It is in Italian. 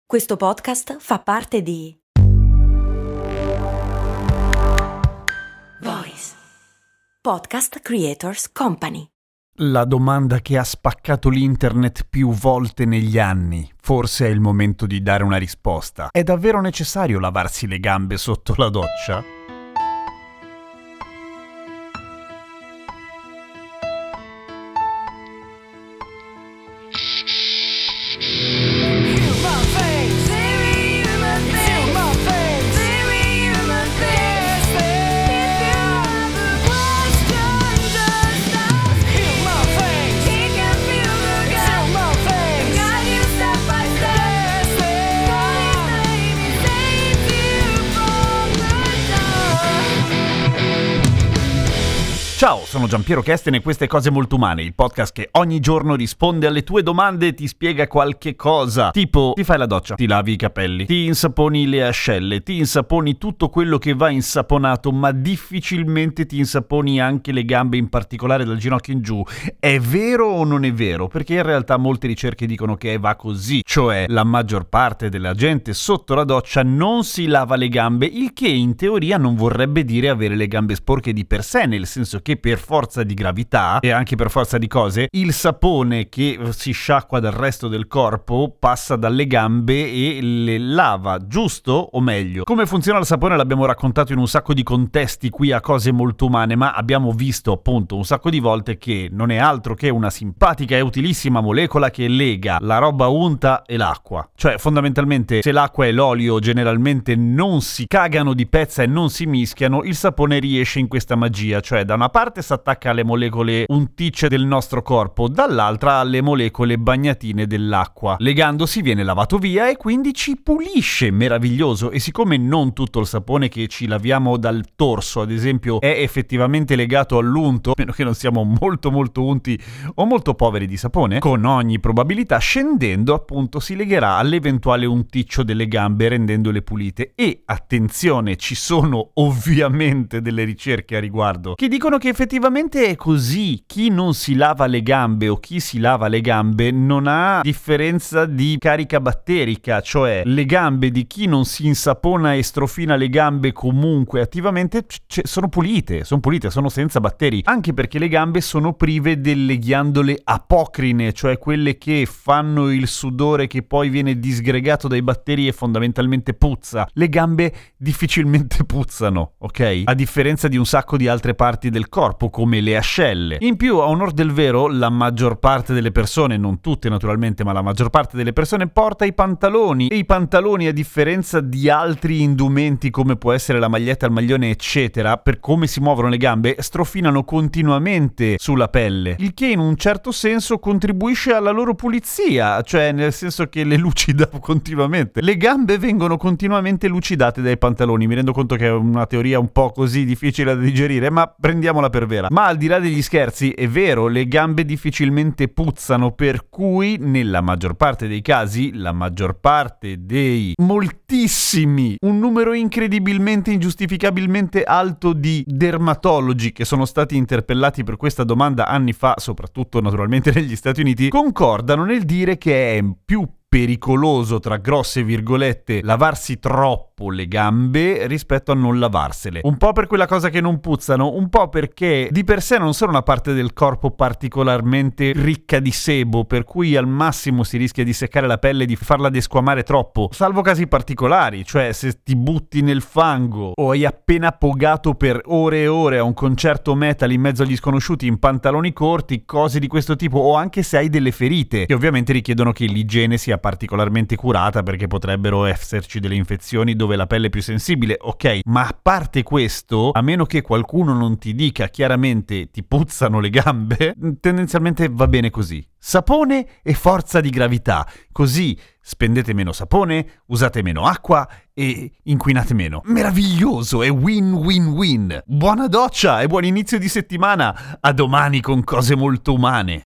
Questo podcast fa parte di Voice Podcast Creators Company. La domanda che ha spaccato l'internet più volte negli anni. Forse è il momento di dare una risposta. È davvero necessario lavarsi le gambe sotto la doccia? Ciao, sono Giampiero Kesten e queste Cose Molto Umane, il podcast che ogni giorno risponde alle tue domande e ti spiega qualche cosa. Tipo, ti fai la doccia, ti lavi i capelli, ti insaponi le ascelle, ti insaponi tutto quello che va insaponato, ma difficilmente ti insaponi anche le gambe, in particolare dal ginocchio in giù. È vero o non è vero? Perché in realtà molte ricerche dicono che va così, cioè la maggior parte della gente sotto la doccia non si lava le gambe, il che in teoria non vorrebbe dire avere le gambe sporche di per sé, nel senso che per forza di gravità e anche per forza di cose il sapone che si sciacqua dal resto del corpo passa dalle gambe e le lava, giusto o meglio? Come funziona il sapone l'abbiamo raccontato in un sacco di contesti qui a Cose Molto Umane, ma abbiamo visto appunto un sacco di volte che non è altro che una simpatica e utilissima molecola che lega la roba unta e l'acqua. Cioè fondamentalmente se l'acqua e l'olio generalmente non si cagano di pezza e non si mischiano, il sapone riesce in questa magia, cioè da una parte si attacca alle molecole unticce del nostro corpo, dall'altra alle molecole bagnatine dell'acqua. Legandosi viene lavato via e quindi ci pulisce, meraviglioso. E siccome non tutto il sapone che ci laviamo dal torso, ad esempio, è effettivamente legato all'unto, a meno che non siamo molto unti o molto poveri di sapone, con ogni probabilità scendendo appunto si legherà all'eventuale unticcio delle gambe rendendole pulite. E attenzione, ci sono ovviamente delle ricerche a riguardo che dicono che effettivamente è così. Chi non si lava le gambe o chi si lava le gambe non ha differenza di carica batterica, cioè le gambe di chi non si insapona e strofina le gambe comunque attivamente sono pulite, sono senza batteri, anche perché le gambe sono prive delle ghiandole apocrine, cioè quelle che fanno il sudore che poi viene disgregato dai batteri e fondamentalmente puzza. Le gambe difficilmente puzzano, ok? A differenza di un sacco di altre parti del corpo come le ascelle. In più, a onor del vero, la maggior parte delle persone, non tutte naturalmente, ma la maggior parte delle persone porta i pantaloni, e i pantaloni, a differenza di altri indumenti come può essere la maglietta, il maglione eccetera, per come si muovono le gambe, strofinano continuamente sulla pelle, il che in un certo senso contribuisce alla loro pulizia, cioè nel senso che le lucida continuamente. Le gambe vengono continuamente lucidate dai pantaloni. Mi rendo conto che è una teoria un po' così difficile da digerire, ma prendiamola per vera. Ma al di là degli scherzi, è vero, le gambe difficilmente puzzano, per cui nella maggior parte dei casi, la maggior parte dei moltissimi, un numero incredibilmente, ingiustificabilmente alto di dermatologi che sono stati interpellati per questa domanda anni fa, soprattutto naturalmente negli Stati Uniti, concordano nel dire che è più pericoloso, tra grosse virgolette, lavarsi troppo le gambe rispetto a non lavarsele. Un po' per quella cosa che non puzzano, un po' perché di per sé non sono una parte del corpo particolarmente ricca di sebo, per cui al massimo si rischia di seccare la pelle e di farla desquamare troppo, salvo casi particolari, cioè se ti butti nel fango o hai appena pogato per ore e ore a un concerto metal in mezzo agli sconosciuti in pantaloni corti, cose di questo tipo, o anche se hai delle ferite che ovviamente richiedono che l'igiene sia particolarmente curata, perché potrebbero esserci delle infezioni dove la pelle è più sensibile, ok, ma a parte questo, a meno che qualcuno non ti dica chiaramente ti puzzano le gambe, tendenzialmente va bene così. Sapone e forza di gravità, così spendete meno sapone, usate meno acqua e inquinate meno. Meraviglioso, è win-win-win. Buona doccia e buon inizio di settimana. A domani con Cose Molto Umane.